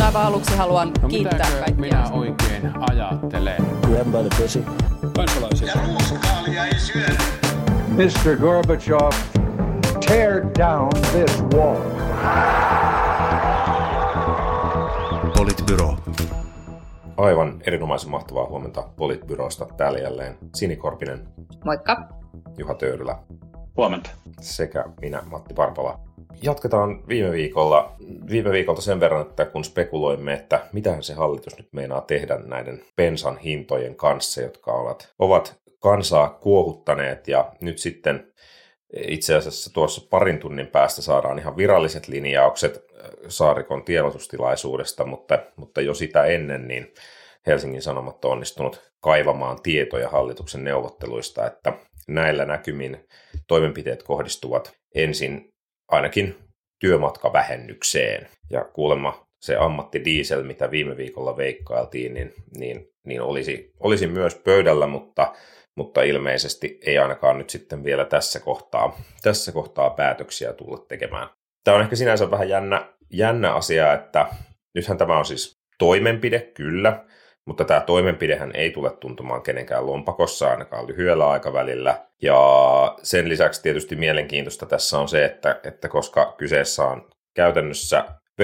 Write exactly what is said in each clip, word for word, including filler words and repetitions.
aivan aluksi haluan no, kiittää kaikkia. minä oikein ajattelen? Grab by the pussy. Kansalaisia. Ja ruuskaalia ei syödä. mister Gorbachev, tear down this wall. Politbyro. Aivan erinomaisen mahtavaa huomenta Politbyrosta. Täällä jälleen Sini Korpinen. Moikka. Juha Töyrylä. Huomenta. Sekä minä, Matti Parpala. Jatketaan viime viikolla, viime viikolta sen verran, että kun spekuloimme, että mitähän se hallitus nyt meinaa tehdä näiden bensan hintojen kanssa, jotka ovat, ovat kansaa kuohuttaneet, ja nyt sitten itse asiassa tuossa parin tunnin päästä saadaan ihan viralliset linjaukset Saarikon tiedotustilaisuudesta, mutta, mutta jo sitä ennen niin Helsingin Sanomat on onnistunut kaivamaan tietoja hallituksen neuvotteluista, että näillä näkymin toimenpiteet kohdistuvat ensin ainakin työmatkavähennykseen. Ja kuulemma se ammattidiesel, mitä viime viikolla veikkailtiin, niin, niin, niin olisi, olisi myös pöydällä, mutta, mutta ilmeisesti ei ainakaan nyt sitten vielä tässä kohtaa, tässä kohtaa päätöksiä tulla tekemään. Tämä on ehkä sinänsä vähän jännä, jännä asia, että nythän tämä on siis toimenpide, kyllä, mutta tämä toimenpidehän ei tule tuntumaan kenenkään lompakossa ainakaan lyhyellä aikavälillä. Ja sen lisäksi tietysti mielenkiintoista tässä on se, että, että koska kyseessä on käytännössä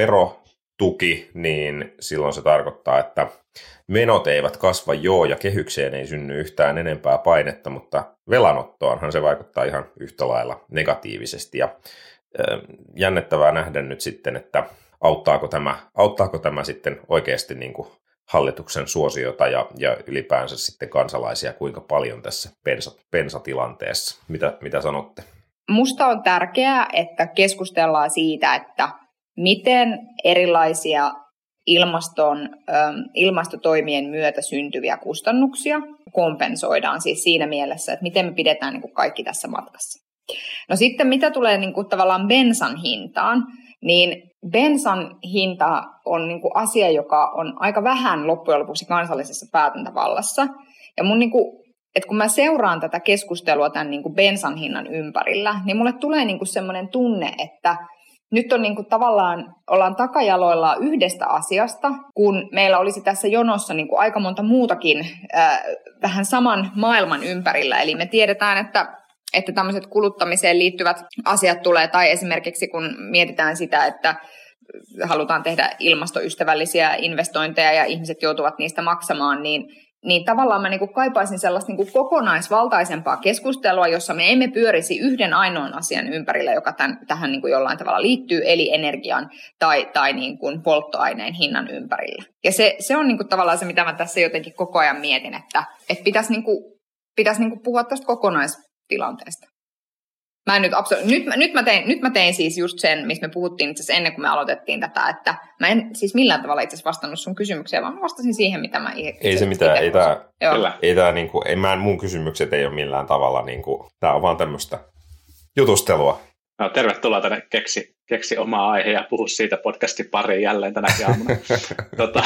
verotuki, niin silloin se tarkoittaa, että menot eivät kasva joo ja kehykseen ei synny yhtään enempää painetta, mutta velanottoonhan se vaikuttaa ihan yhtä lailla negatiivisesti. Ja äh, jännettävää nähdä nyt sitten, että auttaako tämä, auttaako tämä sitten oikeasti niin kuin hallituksen suosiota ja, ja ylipäänsä sitten kansalaisia kuinka paljon tässä bensa, bensatilanteessa. Mitä, mitä sanotte? Musta on tärkeää, että keskustellaan siitä, että miten erilaisia ilmaston, ilmastotoimien myötä syntyviä kustannuksia kompensoidaan siis siinä mielessä, että miten me pidetään niin kuin kaikki tässä matkassa. No sitten mitä tulee niin kuin tavallaan bensan hintaan, niin bensan hinta on niin kuin asia, joka on aika vähän loppujen lopuksi kansallisessa päätäntävallassa. Ja mun niin kuin, että kun mä seuraan tätä keskustelua tämän niin kuin bensan hinnan ympärillä, niin mulle tulee niin kuin semmoinen tunne, että nyt on niin kuin tavallaan, ollaan takajaloillaan yhdestä asiasta, kun meillä olisi tässä jonossa niin kuin aika monta muutakin äh, vähän saman maailman ympärillä. Eli me tiedetään, että että tämmöiset kuluttamiseen liittyvät asiat tulee, tai esimerkiksi kun mietitään sitä, että halutaan tehdä ilmastoystävällisiä investointeja ja ihmiset joutuvat niistä maksamaan, niin, niin tavallaan mä niin kuin kaipaisin sellaista niin kuin kokonaisvaltaisempaa keskustelua, jossa me emme pyörisi yhden ainoan asian ympärillä, joka tämän, tähän niin kuin jollain tavalla liittyy, eli energian tai, tai niin kuin polttoaineen hinnan ympärillä. Ja se, se on niin kuin tavallaan se, mitä mä tässä jotenkin koko ajan mietin, että, että pitäisi, niin kuin, pitäisi niin kuin puhua tästä kokonais tilanteesta. Mä en nyt, absolu- nyt, nyt, mä tein, nyt mä tein siis just sen, mistä me puhuttiin itse asiassa ennen kuin me aloitettiin tätä, että mä en siis millään tavalla itse asiassa vastannut sun kysymykseen, vaan mä vastasin siihen, mitä mä itse Ei se mitään, ei tää, Kyllä. ei tää niinku, ei mä, mun kysymykset ei ole millään tavalla niinku, tää on vaan tämmöistä jutustelua. No, tervetuloa tänne keksi, keksi omaa aihe ja puhu siitä podcastin pariin jälleen tänäkin aamuna. tota,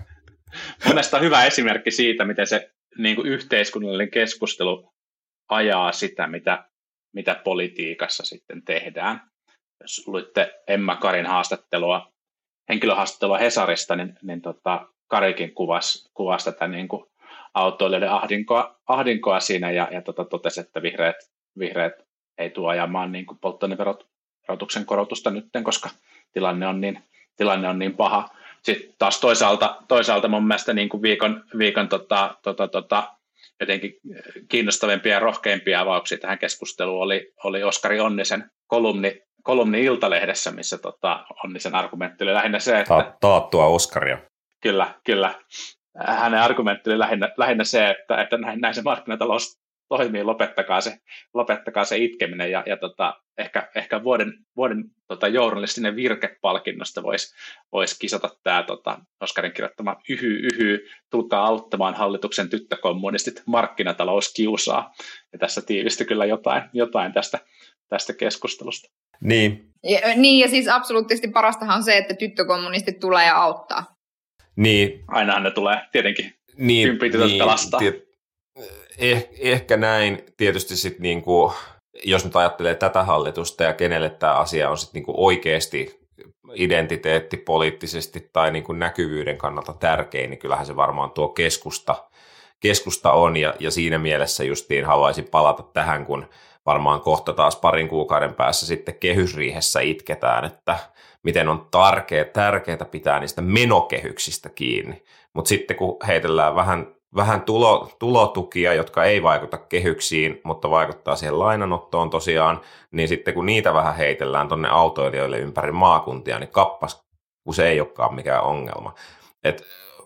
monesta hyvä esimerkki siitä, miten se niin kuin yhteiskunnallinen keskustelu ajaa sitä, mitä, mitä politiikassa sitten tehdään. Jos luitte Emma Karin haastattelua, henkilöhaastattelua Hesarista, niin, niin tota, Karikin kuvasi, kuvasi tätä niin kuin autoilijoiden ahdinkoa, ahdinkoa siinä ja, ja tota, totesi, että vihreät, vihreät ei tule ajamaan niin kuin polttoaineverotuksen korotusta nyt, koska tilanne on niin, tilanne on niin paha. Sitten taas toisaalta, toisaalta mun mielestä niin kuin viikon, viikon tota, tota, tota, jotenkin kiinnostavimpia ja rohkeimpia avauksia tähän keskusteluun oli, oli Oskari Onnisen kolumni, kolumni Iltalehdessä, missä tota, Onnisen argumentti oli lähinnä se, että... Ta- taattua Oskaria. Kyllä, kyllä. Hänen argumentti oli lähinnä, lähinnä se, että, että näin, näin se markkinatalous toimii, lopettakaa se, lopettakaa se itkeminen ja, ja tota, ehkä, ehkä vuoden, vuoden tota, journalistinen virkepalkinnosta voisi vois kisata tämä tota, Oskarin kirjoittama yhy, yhy, tulkaa auttamaan hallituksen tyttökommunistit, markkinatalous kiusaa. Ja tässä tiivistyi kyllä jotain, jotain tästä, tästä keskustelusta. Niin. Ja, niin, ja siis absoluuttisesti parastahan on se, että tyttökommunistit tulee ja auttaa. Niin. Ainahan ne tulee tietenkin niin, ympitytöstä niin, lastaa. Tiet- Eh, ehkä näin tietysti sitten niinku, jos nyt ajattelee tätä hallitusta ja kenelle tämä asia on sitten niinku oikeasti identiteetti poliittisesti tai niin kuin näkyvyyden kannalta tärkein, niin kyllähän se varmaan tuo keskusta, keskusta on, ja, ja siinä mielessä justiin haluaisin palata tähän, kun varmaan kohta taas parin kuukauden päässä sitten kehysriihessä itketään, että miten on tärkeää, tärkeää pitää niistä menokehyksistä kiinni, mutta sitten kun heitellään vähän, vähän tulo, tulotukia, jotka ei vaikuta kehyksiin, mutta vaikuttaa siihen lainanottoon tosiaan, niin sitten kun niitä vähän heitellään tuonne autoilijoille ympäri maakuntia, niin kappas, kun se ei olekaan mikään ongelma. Et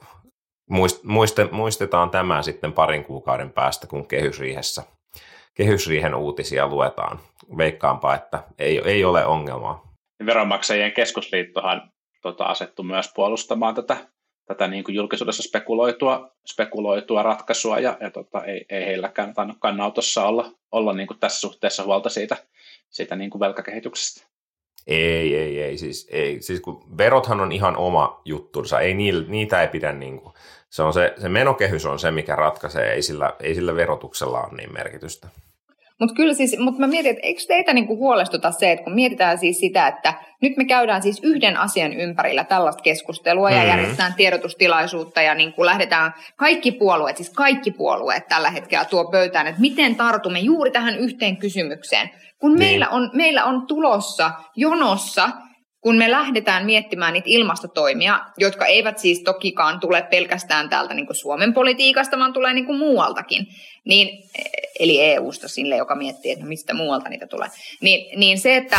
muistetaan tämä sitten parin kuukauden päästä, kun kehysriihessä, kehysriihen uutisia luetaan. Veikkaanpa, että ei, ei ole ongelmaa. Veronmaksajien keskusliittohan tota, asettu myös puolustamaan tätä, tätä niin kuin julkisuudessa spekuloitua, spekuloitua ratkaisua, ja, ja tota, ei, ei heilläkään tainnut kannanotossa olla, olla niin kuin tässä suhteessa huolta siitä, siitä niin kuin velkakehityksestä. Ei, ei, ei. Siis, ei. Siis kun verothan on ihan oma juttunsa, ei, niitä ei pidä, niin kuin, se, on se, se menokehys on se, mikä ratkaisee, ei sillä, ei sillä verotuksella ole niin merkitystä. Mutta kyllä siis, mutta mä mietin, että eikö teitä niinku huolestuta se, että kun mietitään siis sitä, että nyt me käydään siis yhden asian ympärillä tällaista keskustelua mm-hmm. ja järjestetään tiedotustilaisuutta ja niinku lähdetään kaikki puolueet, siis kaikki puolueet tällä hetkellä tuo pöytään, että miten tartumme juuri tähän yhteen kysymykseen, kun niin. meillä, on, meillä on tulossa jonossa, kun me lähdetään miettimään niitä ilmastotoimia, jotka eivät siis tokikaan tule pelkästään täältä niin kuin Suomen politiikasta, vaan tulee niin kuin muualtakin, niin, eli E U:sta sille, joka miettii, että mistä muualta niitä tulee, niin, niin se, että,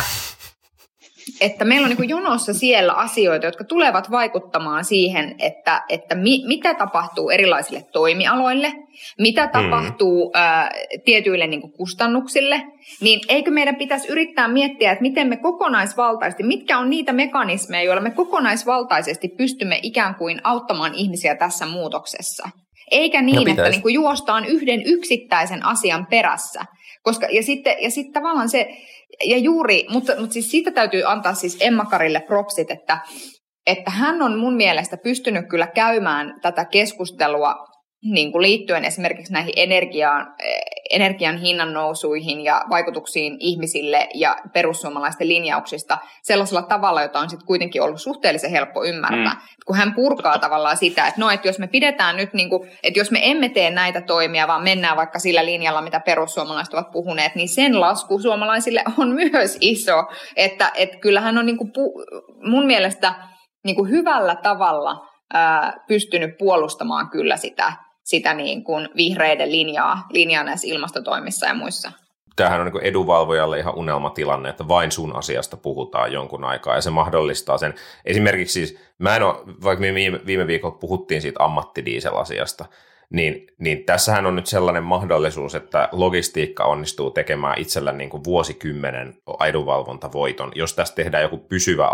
että meillä on niin kuin jonossa siellä asioita, jotka tulevat vaikuttamaan siihen, että, että mi, mitä tapahtuu erilaisille toimialoille, mitä tapahtuu mm. ää, tietyille niin kuin kustannuksille, niin eikö meidän pitäisi yrittää miettiä, että miten me kokonaisvaltaisesti, mitkä on niitä mekanismeja, joilla me kokonaisvaltaisesti pystymme ikään kuin auttamaan ihmisiä tässä muutoksessa. Eikä niin, että niin kuin juostaan yhden yksittäisen asian perässä. Koska, ja sitten ja sit tavallaan se, ja juuri, mutta, mutta siis siitä täytyy antaa siis Emma Karille propsit, että, että hän on mun mielestä pystynyt kyllä käymään tätä keskustelua niin kuin liittyen esimerkiksi näihin energiaan, energian hinnan nousuihin ja vaikutuksiin ihmisille ja perussuomalaisten linjauksista sellaisella tavalla, jota on sitten kuitenkin ollut suhteellisen helppo ymmärtää. Mm. Kun hän purkaa tavallaan sitä, että no, että jos me pidetään nyt, niin kuin, että jos me emme tee näitä toimia, vaan mennään vaikka sillä linjalla, mitä perussuomalaiset ovat puhuneet, niin sen lasku suomalaisille on myös iso. Että, että kyllähän on niin kuin mun mielestä niin kuin hyvällä tavalla ää, pystynyt puolustamaan kyllä sitä, sitä niin kuin vihreiden linjaa, linjaa näissä ilmastotoimissa ja muissa. Tämähän on niin kuin edunvalvojalle ihan unelmatilanne, että vain sun asiasta puhutaan jonkun aikaa, ja se mahdollistaa sen. Esimerkiksi siis, mä en ole, vaikka me viime, viime viikolla puhuttiin siitä ammattidiesel-asiasta, niin, niin tässähän on nyt sellainen mahdollisuus, että logistiikka onnistuu tekemään itsellä niin kuin vuosikymmenen edunvalvontavoiton, jos tässä tehdään joku pysyvä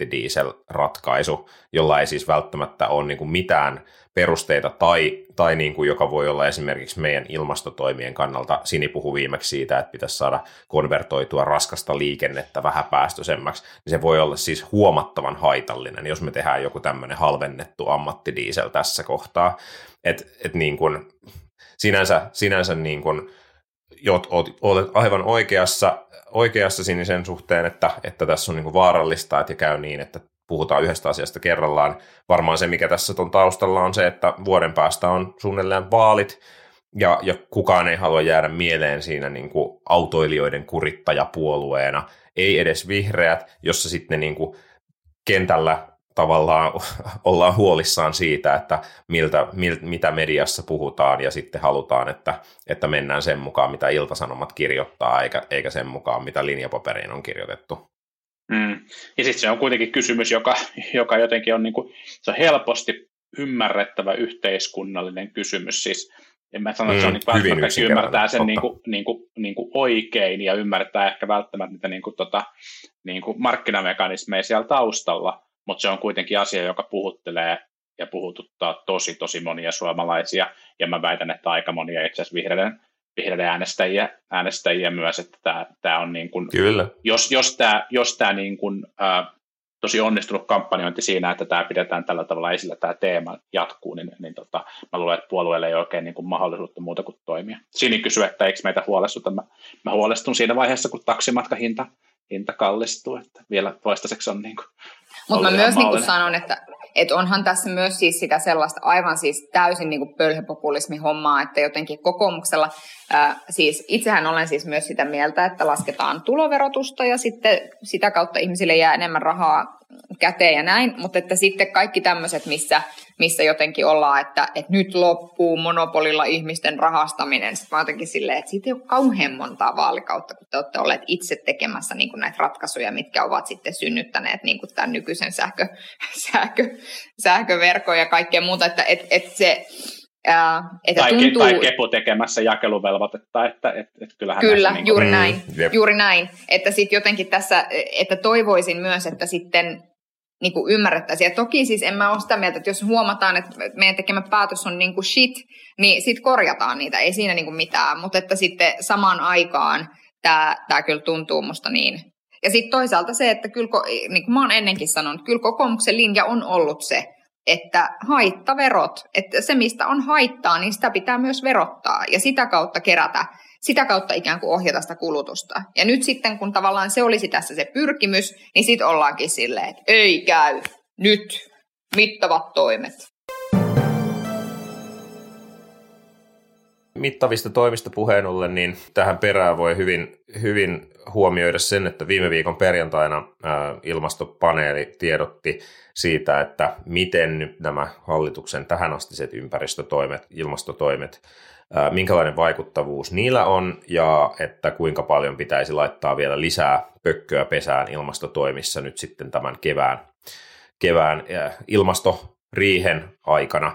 ammattidiesel-ratkaisu, jolla ei siis välttämättä ole niin kuin mitään perusteita, tai, tai niin kuin joka voi olla esimerkiksi meidän ilmastotoimien kannalta. Sini puhui viimeksi siitä, että pitäisi saada konvertoitua raskasta liikennettä vähäpäästöisemmäksi, niin se voi olla siis huomattavan haitallinen, jos me tehdään joku tämmöinen halvennettu ammattidiesel tässä kohtaa. Että et niin kuin, sinänsä, sinänsä niin kuin, olet, olet aivan oikeassa, oikeassa Sini sen suhteen, että, että tässä on niin kuin vaarallista, että käy niin, että puhutaan yhdestä asiasta kerrallaan. Varmaan se, mikä tässä on taustalla, on se, että vuoden päästä on suunnilleen vaalit, ja, ja kukaan ei halua jäädä mieleen siinä niin kuin autoilijoiden kurittajapuolueena, ei edes vihreät, jossa sitten niin kuin kentällä tavallaan ollaan huolissaan siitä, että miltä, mil, mitä mediassa puhutaan, ja sitten halutaan, että, että mennään sen mukaan, mitä Ilta-Sanomat kirjoittaa, eikä, eikä sen mukaan, mitä linjapaperiin on kirjoitettu. Mm. Ja sitten se on kuitenkin kysymys, joka, joka jotenkin on, niin kuin, se on helposti ymmärrettävä yhteiskunnallinen kysymys. Siis en mä sano, että se on niin välttämättä kaikki ymmärtää sen niin kuin, niin kuin, niin kuin oikein ja ymmärtää ehkä välttämättä niitä niin kuin, tota, niin kuin markkinamekanismeja siellä taustalla, mutta se on kuitenkin asia, joka puhuttelee ja puhututtaa tosi, tosi monia suomalaisia, ja mä väitän, että aika monia itse asiassa vihreiden, vihreiden äänestäjiä, äänestäjiä myös, että tämä, tämä on niin kuin, Kyllä. jos, jos tämä, jos tämä niin kuin, ää, tosi onnistunut kampanjointi siinä, että tämä pidetään tällä tavalla esillä, tämä teema jatkuu, niin, niin tota, mä luulen, että puolueelle ei oikein niin kuin mahdollisuutta muuta kuin toimia. Sini kysyi, että eikö meitä huolestuta. Mä, mä huolestun siinä vaiheessa, kun taksimatkahinta hinta kallistuu, että vielä toistaiseksi on niin kuin Mutta mä myös niin kuin sanon, että, että onhan tässä myös siis sitä sellaista aivan siis täysin niin kuin pölhöpopulismi-hommaa, että jotenkin kokoomuksella, ää, siis itsehän olen siis myös sitä mieltä, että lasketaan tuloverotusta ja sitten sitä kautta ihmisille jää enemmän rahaa käteen ja näin, mutta että sitten kaikki tämmöiset, missä, missä jotenkin ollaan, että, että nyt loppuu monopolilla ihmisten rahastaminen, sitten mä jotenkin silleen, että siitä ei ole kauhean montaa vaalikautta, kun te olette olleet itse tekemässä niin kuin näitä ratkaisuja, mitkä ovat sitten synnyttäneet niin kuin tämän nykyisen sähkö, sähkö, sähköverkon ja kaikkea muuta, että et, et se Ää, että tai, tuntuu... tai Kepu tekemässä jakeluvelvoitetta, että et, et kyllähän Kyllä, niin juuri kuin... näin, mm, juuri näin, että sitten jotenkin tässä, että toivoisin myös, että sitten niin kuin ymmärrettäisiin. Ja toki siis en mä ole sitä mieltä, että jos huomataan, että meidän tekemä päätös on niin kuin shit, niin sitten korjataan niitä, ei siinä niin kuin mitään, mutta että sitten samaan aikaan tämä, tämä kyllä tuntuu musta niin. Ja sitten toisaalta se, että kyllä, niin kuin mä oon ennenkin sanonut, kyllä kokoomuksen linja on ollut se, että haittaverot, että se mistä on haittaa, niin sitä pitää myös verottaa ja sitä kautta kerätä, sitä kautta ikään kuin ohjata sitä kulutusta. Ja nyt sitten, kun tavallaan se olisi tässä se pyrkimys, niin sitten ollaankin silleen, että ei käy, nyt, mittavat toimet. Mittavista toimista puheen ollen, niin tähän perään voi hyvin, hyvin huomioida sen, että viime viikon perjantaina ää, ilmastopaneeli tiedotti siitä, että miten nyt nämä hallituksen tähänastiset ympäristötoimet, ilmastotoimet, ää, minkälainen vaikuttavuus niillä on ja että kuinka paljon pitäisi laittaa vielä lisää pökköä pesään ilmastotoimissa nyt sitten tämän kevään, kevään ää, ilmastoriihen aikana.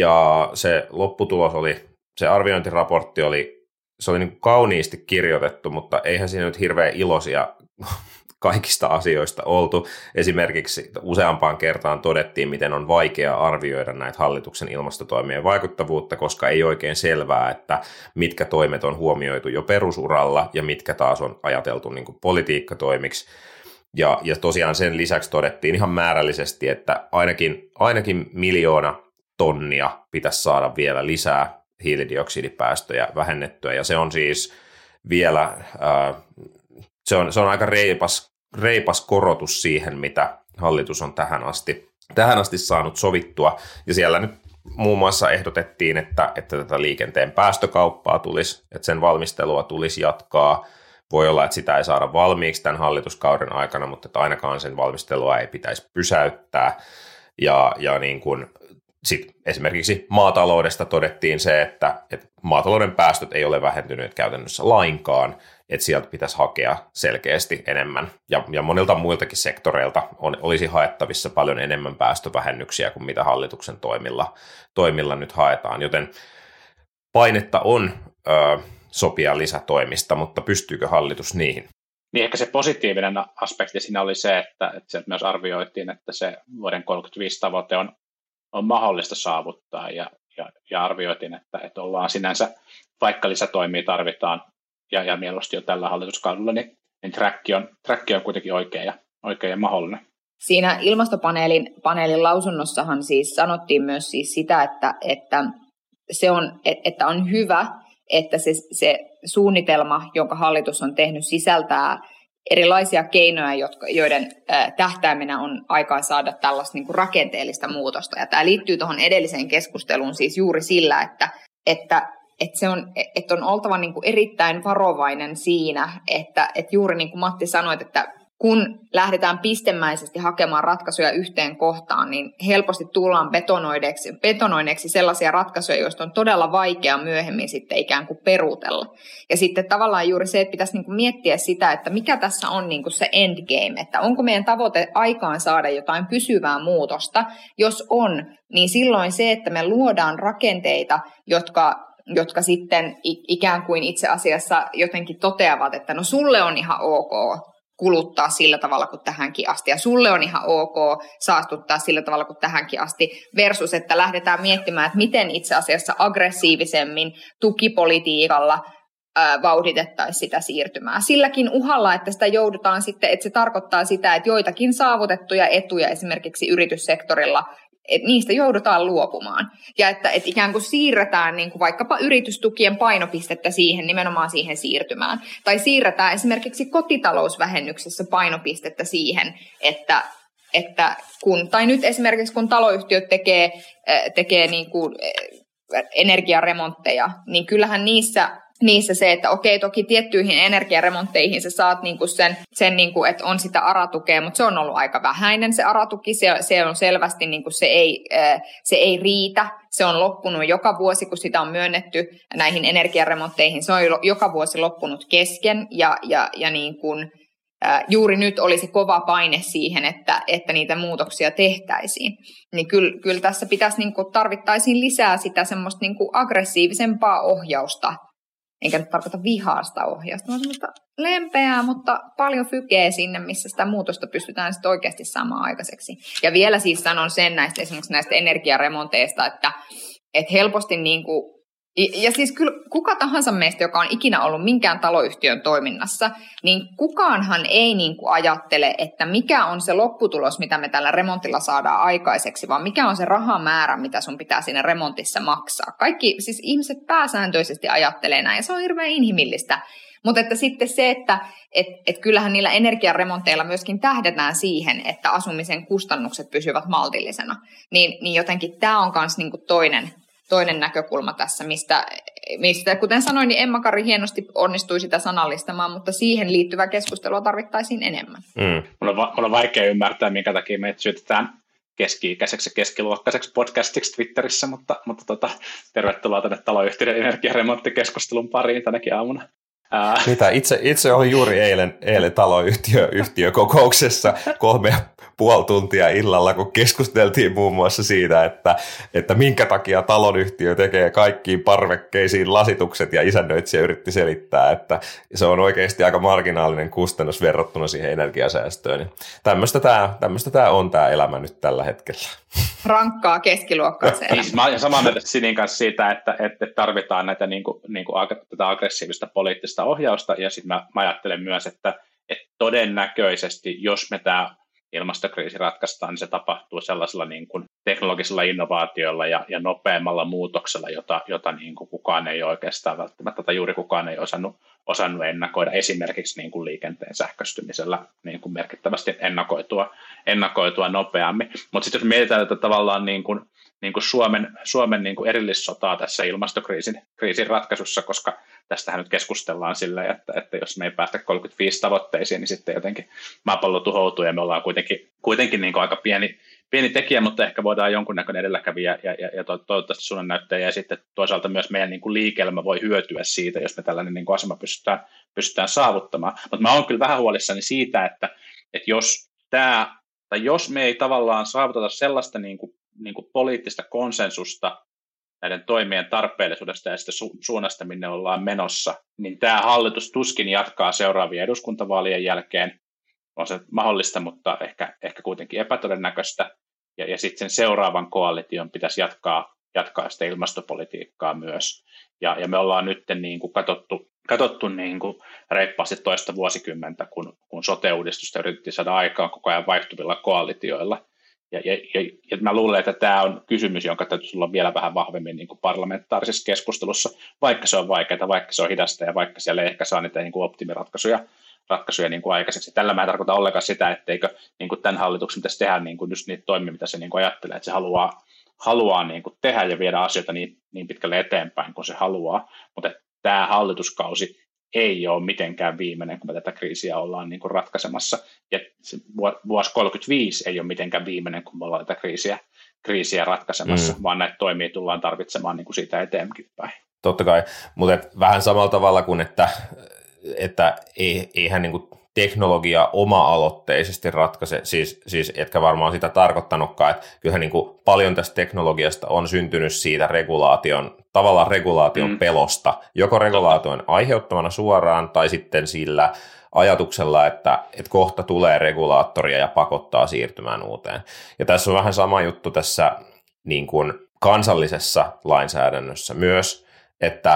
Ja se lopputulos oli, se arviointiraportti oli, se oli niin kuin kauniisti kirjoitettu, mutta eihän siinä nyt hirveän iloisia kaikista asioista oltu. Esimerkiksi useampaan kertaan todettiin, miten on vaikea arvioida näitä hallituksen ilmastotoimien vaikuttavuutta, koska ei oikein selvää, että mitkä toimet on huomioitu jo perusuralla ja mitkä taas on ajateltu niin kuin politiikkatoimiksi. Ja, ja tosiaan sen lisäksi todettiin ihan määrällisesti, että ainakin, ainakin miljoona tonnia pitäisi saada vielä lisää hiilidioksidipäästöjä vähennettyä, ja se on siis vielä, ää, se, on, se on aika reipas, reipas korotus siihen, mitä hallitus on tähän asti, tähän asti saanut sovittua, ja siellä nyt muun muassa ehdotettiin, että, että tätä liikenteen päästökauppaa tulisi, että sen valmistelua tulisi jatkaa. Voi olla, että sitä ei saada valmiiksi tämän hallituskauden aikana, mutta että ainakaan sen valmistelua ei pitäisi pysäyttää, ja, ja niin kuin sitten esimerkiksi maataloudesta todettiin se, että, että maatalouden päästöt ei ole vähentyneet käytännössä lainkaan, että sieltä pitäisi hakea selkeästi enemmän. Ja, ja monilta muiltakin sektoreilta on, olisi haettavissa paljon enemmän päästövähennyksiä kuin mitä hallituksen toimilla, toimilla nyt haetaan. Joten painetta on ö, sopia lisätoimista, mutta pystyykö hallitus niihin? Niin ehkä se positiivinen aspekti siinä oli se, että, että sieltä myös arvioitiin, että se vuoden kolmekymmentäviisi tavoite on on mahdollista saavuttaa ja, ja, ja arvioitiin, että, että ollaan sinänsä, vaikka lisätoimia tarvitaan ja, ja mieluusti jo tällä hallituskaudella, niin, niin track on, track on kuitenkin oikea ja, oikea ja mahdollinen. Siinä ilmastopaneelin paneelin lausunnossahan siis sanottiin myös siis sitä, että, että, se on, että on hyvä, että se, se suunnitelma, jonka hallitus on tehnyt, sisältää erilaisia keinoja, jotka, joiden tähtäimenä on aikaa saada tällaista niin kuin rakenteellista muutosta. Ja tämä liittyy tuohon edelliseen keskusteluun siis juuri sillä, että, että, että, se on, että on oltava niin kuin erittäin varovainen siinä, että, että juuri niin kuin Matti sanoi, että kun lähdetään pistemäisesti hakemaan ratkaisuja yhteen kohtaan, niin helposti tullaan betonoideksi, betonoineeksi sellaisia ratkaisuja, joista on todella vaikea myöhemmin sitten ikään kuin peruutella. Ja sitten tavallaan juuri se, että pitäisi niin kuin miettiä sitä, että mikä tässä on niin kuin se endgame, että onko meidän tavoite aikaan saada jotain pysyvää muutosta. Jos on, niin silloin se, että me luodaan rakenteita, jotka jotka sitten ikään kuin itse asiassa jotenkin toteavat, että no sulle on ihan ok kuluttaa sillä tavalla kuin tähänkin asti, ja sulle on ihan ok saastuttaa sillä tavalla kuin tähänkin asti, versus että lähdetään miettimään, että miten itse asiassa aggressiivisemmin tukipolitiikalla ää, vauhditettaisiin sitä siirtymää. Silläkin uhalla, että sitä joudutaan sitten, että se tarkoittaa sitä, että joitakin saavutettuja etuja esimerkiksi yrityssektorilla että niistä joudutaan luopumaan. Ja että, että ikään kuin siirretään niin kuin vaikkapa yritystukien painopistettä siihen, nimenomaan siihen siirtymään. Tai siirretään esimerkiksi kotitalousvähennyksessä painopistettä siihen, että, että kun, tai nyt esimerkiksi kun taloyhtiöt tekee, tekee niin kuin energiaremontteja, niin kyllähän niissä Niissä se, että okei, toki tiettyihin energiaremontteihin sä saat niinku sen, sen niinku, että on sitä ARA-tukea, mutta se on ollut aika vähäinen se ARA-tuki, se, se on selvästi, niinku, se, ei, se ei riitä, se on loppunut joka vuosi, kun sitä on myönnetty näihin energiaremontteihin, se on joka vuosi loppunut kesken ja, ja, ja niin kuin, juuri nyt olisi kova paine siihen, että, että niitä muutoksia tehtäisiin. Niin kyllä, kyllä tässä pitäisi, niinku, tarvittaisiin lisää sitä semmoista niinku aggressiivisempaa ohjausta, enkä nyt tarkoita vihaasta ohjausta, vaan semmoista lempeää, mutta paljon fykeä sinne, missä sitä muutosta pystytään sitten oikeasti saamaan aikaiseksi. Ja vielä siis sanon sen näistä esimerkiksi näistä energiaremonteista, että, että helposti niin kuin, ja siis kyllä kuka tahansa meistä, joka on ikinä ollut minkään taloyhtiön toiminnassa, niin kukaanhan ei niin kuin ajattele, että mikä on se lopputulos, mitä me tällä remontilla saadaan aikaiseksi, vaan mikä on se rahamäärä, mitä sun pitää siinä remontissa maksaa. Kaikki, siis ihmiset pääsääntöisesti ajattelee näin, ja se on hirveän inhimillistä. Mutta että sitten se, että et, et kyllähän niillä energiaremonteilla myöskin tähdätään siihen, että asumisen kustannukset pysyvät maltillisena, niin, niin jotenkin tämä on myös niinku toinen, toinen näkökulma tässä, mistä, mistä kuten sanoin, niin Emma-Kari hienosti onnistui sitä sanallistamaan, mutta siihen liittyvää keskustelua tarvittaisiin enemmän. Mm. Mulla, on va- mulla on vaikea ymmärtää, minkä takia meitä syytetään keski-ikäiseksi ja keskiluokkaiseksi podcastiksi Twitterissä, mutta, mutta tota, tervetuloa tänne taloyhtiöiden energiaremonttikeskustelun pariin tänäkin aamuna. Ää. Mitä? Itse, itse olin juuri eilen, eilen taloyhtiökokouksessa kolme ja puoli tuntia illalla, kun keskusteltiin muun muassa siitä, että, että minkä takia taloyhtiö tekee kaikkiin parvekkeisiin lasitukset, ja isännöitsijä yritti selittää, että se on oikeasti aika marginaalinen kustannus verrattuna siihen energiasäästöön. Tämmöistä tämä, tämmöistä tämä on tämä elämä nyt tällä hetkellä. Rankkaa keskiluokkaa se elämä. Siis mä olen samaa mieltä Sinin kanssa siitä, että, että tarvitaan näitä niin kuin, niin kuin, tätä aggressiivista poliittista ohjausta, ja sitten mä, mä ajattelen myös, että, että todennäköisesti, jos me tämä ilmastokriisi ratkaistaan, niin se tapahtuu sellaisella niin kuin teknologisella innovaatiolla ja, ja nopeammalla muutoksella, jota, jota niin kuin kukaan ei oikeastaan välttämättä, tai juuri kukaan ei osannut, osannut ennakoida, esimerkiksi niin kuin liikenteen sähköistymisellä niin kuin merkittävästi ennakoitua, ennakoitua nopeammin. Mutta sitten jos mietitään, että tavallaan niin kuin, niin kuin Suomen, Suomen niin kuin erillissotaa tässä ilmastokriisin kriisin ratkaisussa, koska tästähän nyt keskustellaan silleen, että, että jos me ei päästä kolmekymmentäviisi tavoitteisiin, niin sitten jotenkin maapallo tuhoutuu, ja me ollaan kuitenkin, kuitenkin niin kuin aika pieni, pieni tekijä, mutta ehkä voidaan jonkunnäköinen edelläkävijä ja, ja, ja toivottavasti suunnannäyttäjä, ja sitten toisaalta myös meidän niin kuin liike-elämä voi hyötyä siitä, jos me tällainen niin kuin asema pystytään, pystytään saavuttamaan. Mutta mä oon kyllä vähän huolissani siitä, että, että jos, tämä, tai jos me ei tavallaan saavuteta sellaista niin kuin, niin kuin poliittista konsensusta näiden toimien tarpeellisuudesta ja sitä su- suunnasta, minne ollaan menossa, niin tämä hallitus tuskin jatkaa seuraavien eduskuntavaalien jälkeen. On se mahdollista, mutta ehkä, ehkä kuitenkin epätodennäköistä. Ja, ja sitten sen seuraavan koalition pitäisi jatkaa, jatkaa sitä ilmastopolitiikkaa myös. Ja, ja me ollaan nyt niin kuin katsottu, katsottu niin kuin reippaasti toista vuosikymmentä, kun, kun sote-uudistusta yritettiin saada aikaan koko ajan vaihtuvilla koalitioilla. Ja, ja, ja, ja mä luulen, että tämä on kysymys, jonka täytyy olla vielä vähän vahvemmin niin kuin parlamentaarisessa keskustelussa, vaikka se on vaikeaa, vaikka se on hidasta ja vaikka siellä ei ehkä saa niitä niin kuin optimiratkaisuja ratkaisuja niin kuin aikaiseksi. Tällä mä en tarkoita ollenkaan sitä, etteikö niin kuin tämän hallituksen pitäisi tehdä niin kuin just niitä toimia, mitä se niin kuin ajattelee, että se haluaa, haluaa niin kuin tehdä ja viedä asioita niin, niin pitkälle eteenpäin kuin se haluaa, mutta tämä hallituskausi ei ole mitenkään viimeinen, kun me tätä kriisiä ollaan niin kuin ratkaisemassa. Ja vuosi kolmekymmentäviisi ei ole mitenkään viimeinen, kun me ollaan tätä kriisiä, kriisiä ratkaisemassa, mm. vaan näitä toimia tullaan tarvitsemaan niin kuin siitä eteenpäin. Totta kai, mutta vähän samalla tavalla kuin, että, että eihän niin kuin teknologia oma-aloitteisesti ratkaise, siis, siis etkä varmaan sitä tarkoittanutkaan, että kyllähän niin kuin paljon tästä teknologiasta on syntynyt siitä regulaation, tavallaan regulaation mm. pelosta, joko regulaation aiheuttamana suoraan tai sitten sillä ajatuksella, että, että kohta tulee regulaattoria ja pakottaa siirtymään uuteen. Ja tässä on vähän sama juttu tässä niin kuin kansallisessa lainsäädännössä myös, että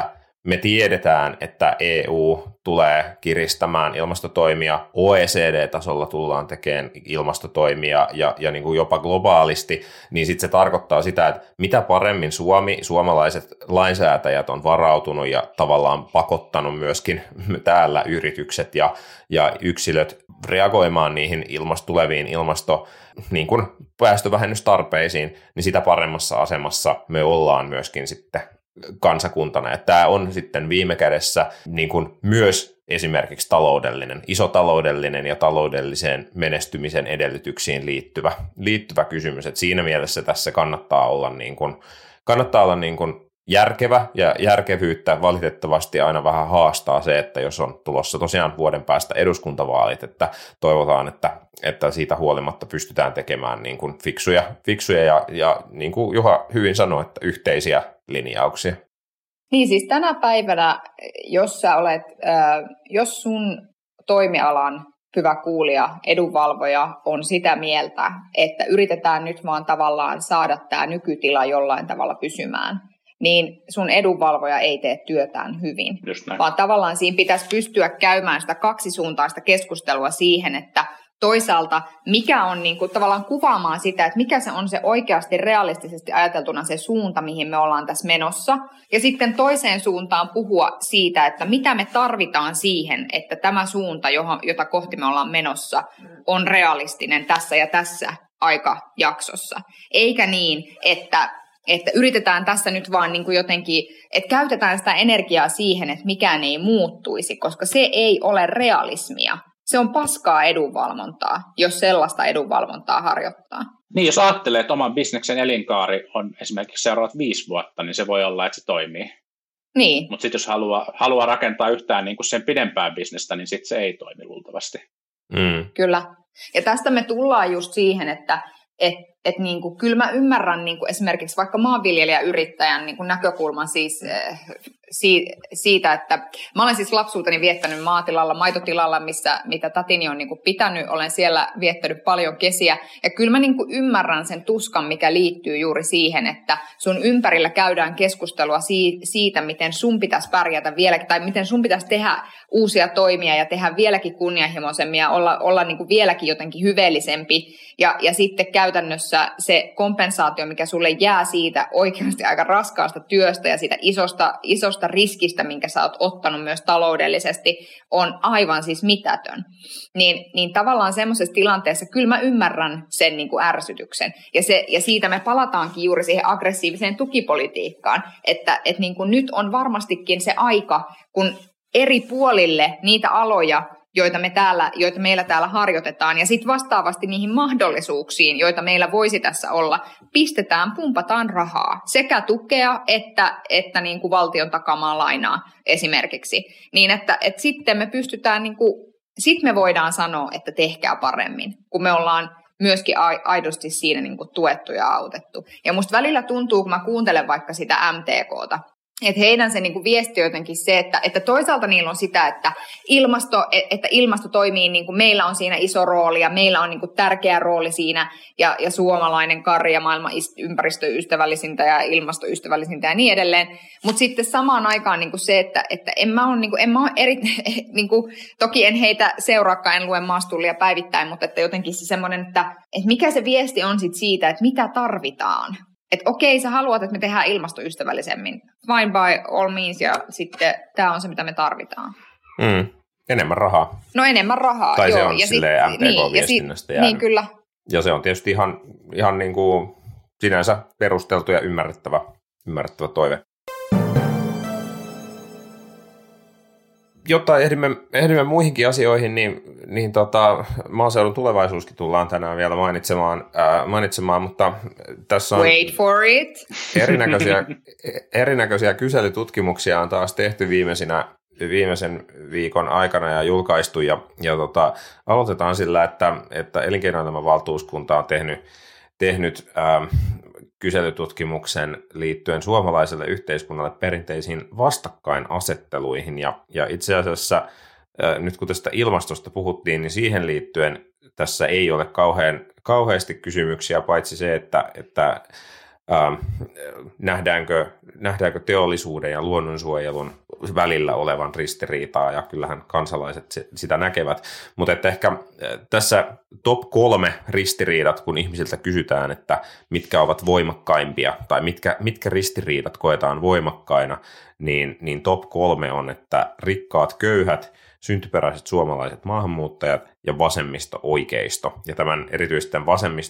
Me tiedetään, että E U tulee kiristämään ilmastotoimia, O E C D-tasolla tullaan tekemään ilmastotoimia ja, ja niin kuin jopa globaalisti, niin sitten se tarkoittaa sitä, että mitä paremmin Suomi, suomalaiset lainsäätäjät on varautunut ja tavallaan pakottanut myöskin täällä yritykset ja, ja yksilöt reagoimaan niihin ilmasto, tuleviin ilmasto niin kuin päästövähennystarpeisiin, niin sitä paremmassa asemassa me ollaan myöskin sitten kansakuntana. Että tämä on sitten viime kädessä niin kuin myös esimerkiksi taloudellinen, iso taloudellinen ja taloudelliseen menestymisen edellytyksiin liittyvä, liittyvä kysymys. Että siinä mielessä tässä kannattaa olla, niin kuin, kannattaa olla niin kuin järkevä, ja järkevyyttä valitettavasti aina vähän haastaa se, että jos on tulossa tosiaan vuoden päästä eduskuntavaalit, että toivotaan, että, että siitä huolimatta pystytään tekemään niin kuin fiksuja, fiksuja ja, ja niin kuin Juha hyvin sanoi, että yhteisiä linjauksia. Niin siis tänä päivänä, jos sä olet, äh, jos sun toimialan hyvä kuulija, edunvalvoja on sitä mieltä, että yritetään nyt vaan tavallaan saada tämä nykytila jollain tavalla pysymään, niin sun edunvalvoja ei tee työtään hyvin. Vaan tavallaan siinä pitäisi pystyä käymään sitä kaksisuuntaista keskustelua siihen, että toisaalta mikä on niin kuin, tavallaan kuvaamaan sitä, että mikä se on se oikeasti realistisesti ajateltuna se suunta, mihin me ollaan tässä menossa. Ja sitten toiseen suuntaan puhua siitä, että mitä me tarvitaan siihen, että tämä suunta, johon, jota kohti me ollaan menossa, on realistinen tässä ja tässä aikajaksossa. Eikä niin, että Että yritetään tässä nyt vaan niin kuin jotenkin, että käytetään sitä energiaa siihen, että mikään ei muuttuisi, koska se ei ole realismia. Se on paskaa edunvalvontaa, jos sellaista edunvalvontaa harjoittaa. Niin, jos ajattelee, että oman bisneksen elinkaari on esimerkiksi seuraavat viisi vuotta, niin se voi olla, että se toimii. Niin. Mutta sitten jos haluaa, haluaa rakentaa yhtään niin kuin sen pidempää bisnestä, niin sitten se ei toimi luultavasti. Mm. Kyllä. Ja tästä me tullaan just siihen, että et, et niinku, kyllä mä ymmärrän niinku esimerkiksi vaikka maanviljelijäyrittäjän niinku näkökulman siis, äh, si, siitä, että mä olen siis lapsuuteni viettänyt maatilalla, maitotilalla, missä, mitä tatini on niinku pitänyt, olen siellä viettänyt paljon kesiä, ja kyllä mä niinku ymmärrän sen tuskan, mikä liittyy juuri siihen, että sun ympärillä käydään keskustelua si, siitä, miten sun pitäisi pärjätä vieläkin, tai miten sun pitäisi tehdä uusia toimia ja tehdä vieläkin kunnianhimoisemmin ja olla, olla niinku vieläkin jotenkin hyveellisempi, ja, ja sitten käytännössä se kompensaatio, mikä sulle jää siitä oikeasti aika raskaasta työstä ja siitä isosta, isosta riskistä, minkä sä oot ottanut myös taloudellisesti, on aivan siis mitätön. Niin, niin tavallaan semmoisessa tilanteessa kyllä mä ymmärrän sen niin kuin ärsytyksen. Ja, se, ja siitä me palataankin juuri siihen aggressiiviseen tukipolitiikkaan, että, että niin kuin nyt on varmastikin se aika, kun eri puolille niitä aloja, joita, me täällä, joita meillä täällä harjoitetaan, ja sitten vastaavasti niihin mahdollisuuksiin, joita meillä voisi tässä olla, pistetään, pumpataan rahaa, sekä tukea että, että niin kuin valtion takamaa lainaa esimerkiksi, niin että, että sitten me pystytään, niin kuin, sit me voidaan sanoa, että tehkää paremmin, kun me ollaan myöskin aidosti siinä niin kuin tuettu ja autettu. Ja musta välillä tuntuu, kun mä kuuntelen vaikka sitä M T K:ta, että heidän se niin kuin viesti on jotenkin se, että, että toisaalta niillä on sitä, että ilmasto, että ilmasto toimii, niin kuin meillä on siinä iso rooli ja meillä on niin kuin tärkeä rooli siinä ja, ja suomalainen karja maailman ympäristöystävällisintä ja ilmastoystävällisintä ja niin edelleen. Mutta sitten samaan aikaan niin kuin se, että, että en mä ole, niin kuin, en mä ole eri, niin kuin, toki en heitä seuraakaan, en lue maastullia päivittäin, mutta että jotenkin se semmoinen, että, että mikä se viesti on sit siitä, että mitä tarvitaan. Että okei, sä haluat, että me tehdään ilmastoystävällisemmin. Fine by all means, ja sitten tämä on se, mitä me tarvitaan. Mm. Enemmän rahaa. No enemmän rahaa, tai joo. se on ja silleen M T K-viestinnästä jäänyt. Niin, kyllä. Ja se on tietysti ihan, ihan niin kuin sinänsä perusteltu ja ymmärrettävä, ymmärrettävä toive. Jotta ehdimme, ehdimme muihinkin asioihin, niin, niin tota, maaseudun tulevaisuuskin tullaan tänään vielä mainitsemaan, ää, mainitsemaan mutta tässä on Wait for it. Erinäköisiä, erinäköisiä kyselytutkimuksia on taas tehty viimeisinä, viimeisen viikon aikana ja julkaistu, ja, ja tota, aloitetaan sillä, että, että elinkeinoelämän valtuuskunta on tehnyt, tehnyt ää, kyselytutkimuksen liittyen suomalaiselle yhteiskunnalle perinteisiin vastakkainasetteluihin. Ja, ja itse asiassa ää, nyt kun tästä ilmastosta puhuttiin, niin siihen liittyen tässä ei ole kauhean, kauheasti kysymyksiä, paitsi se, että, että äh, nähdäänkö, nähdäänkö teollisuuden ja luonnonsuojelun välillä olevan ristiriitaa, ja kyllähän kansalaiset sitä näkevät. Mutta että ehkä tässä top kolme ristiriidat, kun ihmisiltä kysytään, että mitkä ovat voimakkaimpia tai mitkä, mitkä ristiriidat koetaan voimakkaina, niin, niin top kolme on, että rikkaat köyhät, syntyperäiset suomalaiset maahanmuuttajat ja vasemmisto-oikeisto. Ja tämän erityisesti tämän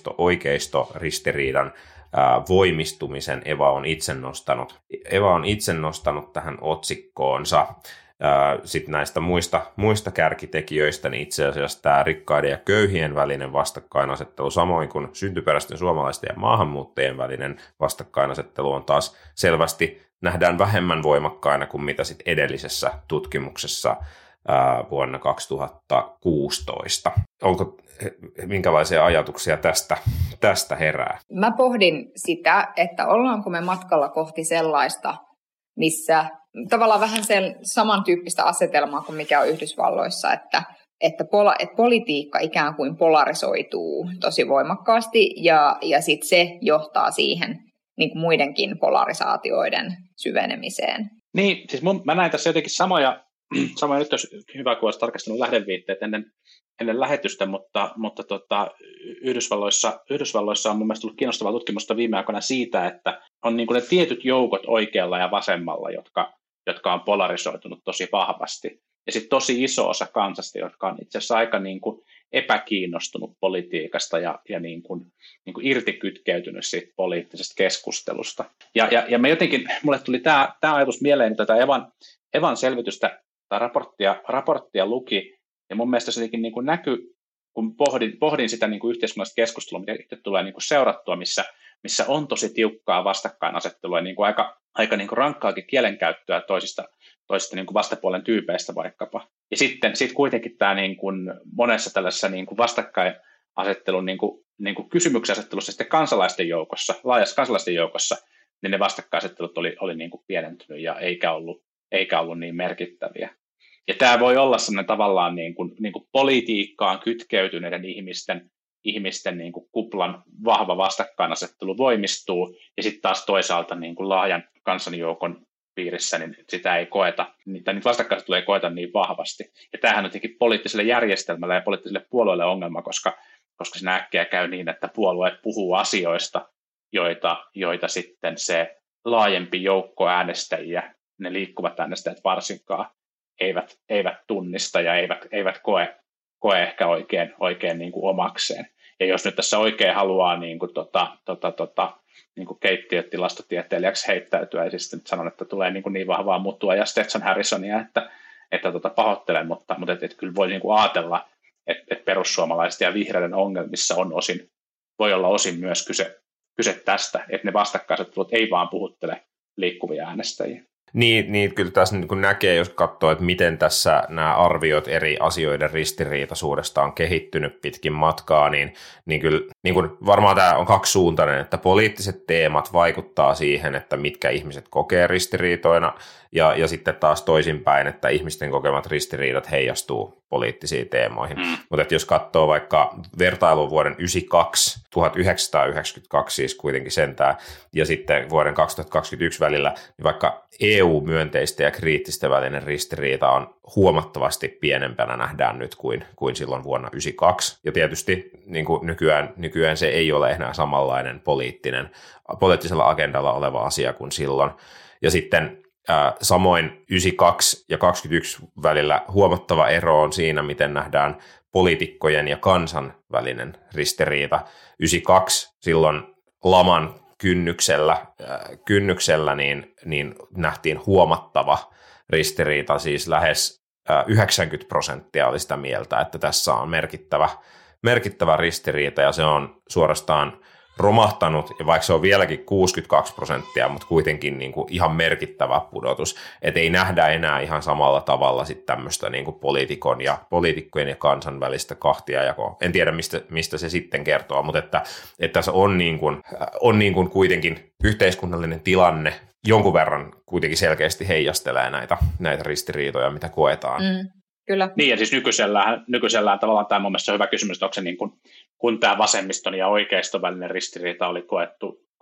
vasemmisto-oikeisto-ristiriidan ää, voimistumisen Eva on itse nostanut. Eva on itse nostanut tähän otsikkoonsa. Sitten näistä muista, muista kärkitekijöistä, niin itse asiassa tämä rikkaiden ja köyhien välinen vastakkainasettelu, samoin kuin syntyperäisten suomalaisten ja maahanmuuttajien välinen vastakkainasettelu on taas selvästi, nähdään vähemmän voimakkaina kuin mitä sitten edellisessä tutkimuksessa ää, vuonna kaksituhattakuusitoista. Onko minkälaisia ajatuksia tästä, tästä herää? Mä pohdin sitä, että ollaanko me matkalla kohti sellaista, missä tavallaan vähän sen samantyyppistä asetelmaa kuin mikä on Yhdysvalloissa, että, että, pola, että politiikka ikään kuin polarisoituu tosi voimakkaasti ja, ja sitten se johtaa siihen niin kuin muidenkin polarisaatioiden syvenemiseen. Niin, siis mun, mä näin tässä jotenkin samoja, samoja nyt olisi hyvä, kun olisi tarkastanut lähdeviitteet ennen, ennen lähetystä, mutta, mutta tota, Yhdysvalloissa, Yhdysvalloissa on mun mielestä tullut kiinnostavaa tutkimusta viime aikoina siitä, että on niin kuin ne tietyt joukot oikealla ja vasemmalla, jotka, jotka on polarisoitunut tosi vahvasti. Ja sitten tosi iso osa kansasta, jotka on itse asiassa aika niin kuin epäkiinnostunut politiikasta ja, ja niin kuin, niin kuin irtikytkeytynyt siitä poliittisesta keskustelusta. Ja, ja, ja me jotenkin, mulle tuli tämä, tämä ajatus mieleen, tätä Evan, Evan selvitystä tai raporttia, raporttia luki, ja mun mielestä se jotenkin niin kuin näkyy, kun pohdin, pohdin sitä niin kuin yhteiskunnallista keskustelua, mitä itse tulee niin kuin seurattua, missä, missä on tosi tiukkaa vastakkainasettelua ja niin kuin aika, aika niin kuin rankkaakin kielenkäyttöä toisista, toisista niin kuin vastapuolen tyypeistä vaikkapa. Ja sitten sit kuitenkin tämä niin kuin monessa tällaisessa niin kuin vastakkainasettelun niin kuin, niin kuin kysymyksenasettelussa sitten kansalaisten joukossa, laajassa kansalaisten joukossa, niin ne vastakkainasettelut oli, oli niin kuin pienentynyt ja eikä ollut, eikä ollut niin merkittäviä. Ja tämä voi olla sellainen tavallaan niin kuin, niin kuin politiikkaan kytkeytyneiden ihmisten, ihmisten niin kuin kuplan vahva vastakkainasettelu voimistuu, ja sitten taas toisaalta niin kuin laajan kansanjoukon piirissä niin sitä ei koeta, niitä vastakkainasettelua ei koeta niin vahvasti. Ja tämähän on tietenkin poliittiselle järjestelmälle ja poliittiselle puolueelle ongelma, koska, koska se äkkiä käy niin, että puolueet puhuu asioista, joita, joita sitten se laajempi joukko äänestäjiä, ne liikkuvat äänestäjät varsinkaan, eivät, eivät tunnista ja eivät, eivät koe, koe ehkä oikein, oikein niin kuin omakseen. Ja jos nyt tässä oikein haluaa niin kuin tota, tota, tota, niin kuin keittiötilastotieteilijäksi heittäytyä, ja siis sitten sanon, että tulee niin, kuin niin vahvaa mutua ja Stetson Harrisonia, että, että tota, pahoittelen, mutta, mutta et, et kyllä voi niin kuin ajatella, että et perussuomalaiset ja vihreiden ongelmissa on osin, voi olla osin myös kyse, kyse tästä, että ne vastakkaisettelut ei vaan puhuttele liikkuvia äänestäjiä. Niin, niin kyllä tässä niin näkee, jos katsoo, että miten tässä nämä arviot eri asioiden ristiriitaisuudesta on kehittynyt pitkin matkaa, niin, niin kyllä niin kuin varmaan tämä on kaksisuuntainen, että poliittiset teemat vaikuttaa siihen, että mitkä ihmiset kokee ristiriitoina, ja, ja sitten taas toisinpäin, että ihmisten kokemat ristiriidat heijastuu poliittisiin teemoihin. Mm. Mutta jos katsoo vaikka vertailun vuoden yhdeksänkymmentäkaksi, tuhatyhdeksänsataayhdeksänkymmentäkaksi siis kuitenkin sentään, ja sitten vuoden kaksituhattakaksikymmentäyksi välillä, niin vaikka E U-myönteistä ja kriittistä välinen ristiriita on huomattavasti pienempänä nähdään nyt kuin, kuin silloin vuonna yhdeksänkymmentäkaksi. Ja tietysti niin kuin nykyään, nykyään se ei ole enää samanlainen poliittinen, poliittisella agendalla oleva asia kuin silloin. Ja sitten ää, samoin yhdeksänkymmentäkaksi ja kaksikymmentäyksi välillä huomattava ero on siinä, miten nähdään poliitikkojen ja kansan välinen ristiriita. yhdeksänkymmentäkaksi silloin laman kynnyksellä, äh, kynnyksellä niin, niin nähtiin huomattava ristiriita, siis lähes äh, yhdeksänkymmentä prosenttia oli sitä mieltä, että tässä on merkittävä, merkittävä ristiriita, ja se on suorastaan romahtanut, ja vaikka se on vieläkin kuusikymmentäkaksi prosenttia, mutta kuitenkin niin kuin ihan merkittävä pudotus, että ei nähdä enää ihan samalla tavalla sitten tämmöistä niin kuin poliitikon ja poliitikkojen ja kansan välistä kahtiajakoa. En tiedä, mistä, mistä se sitten kertoo, mutta että, että se on, niin kuin, on niin kuin kuitenkin yhteiskunnallinen tilanne jonkun verran kuitenkin selkeästi heijastelee näitä, näitä ristiriitoja, mitä koetaan. Mm, kyllä. Niin, ja siis nykyisellään, nykyisellään tavallaan tämä on mun mielestä hyvä kysymys, että onko se niin kuin, kun tämä vasemmiston ja oikeiston välinen ristiriita oli koettu,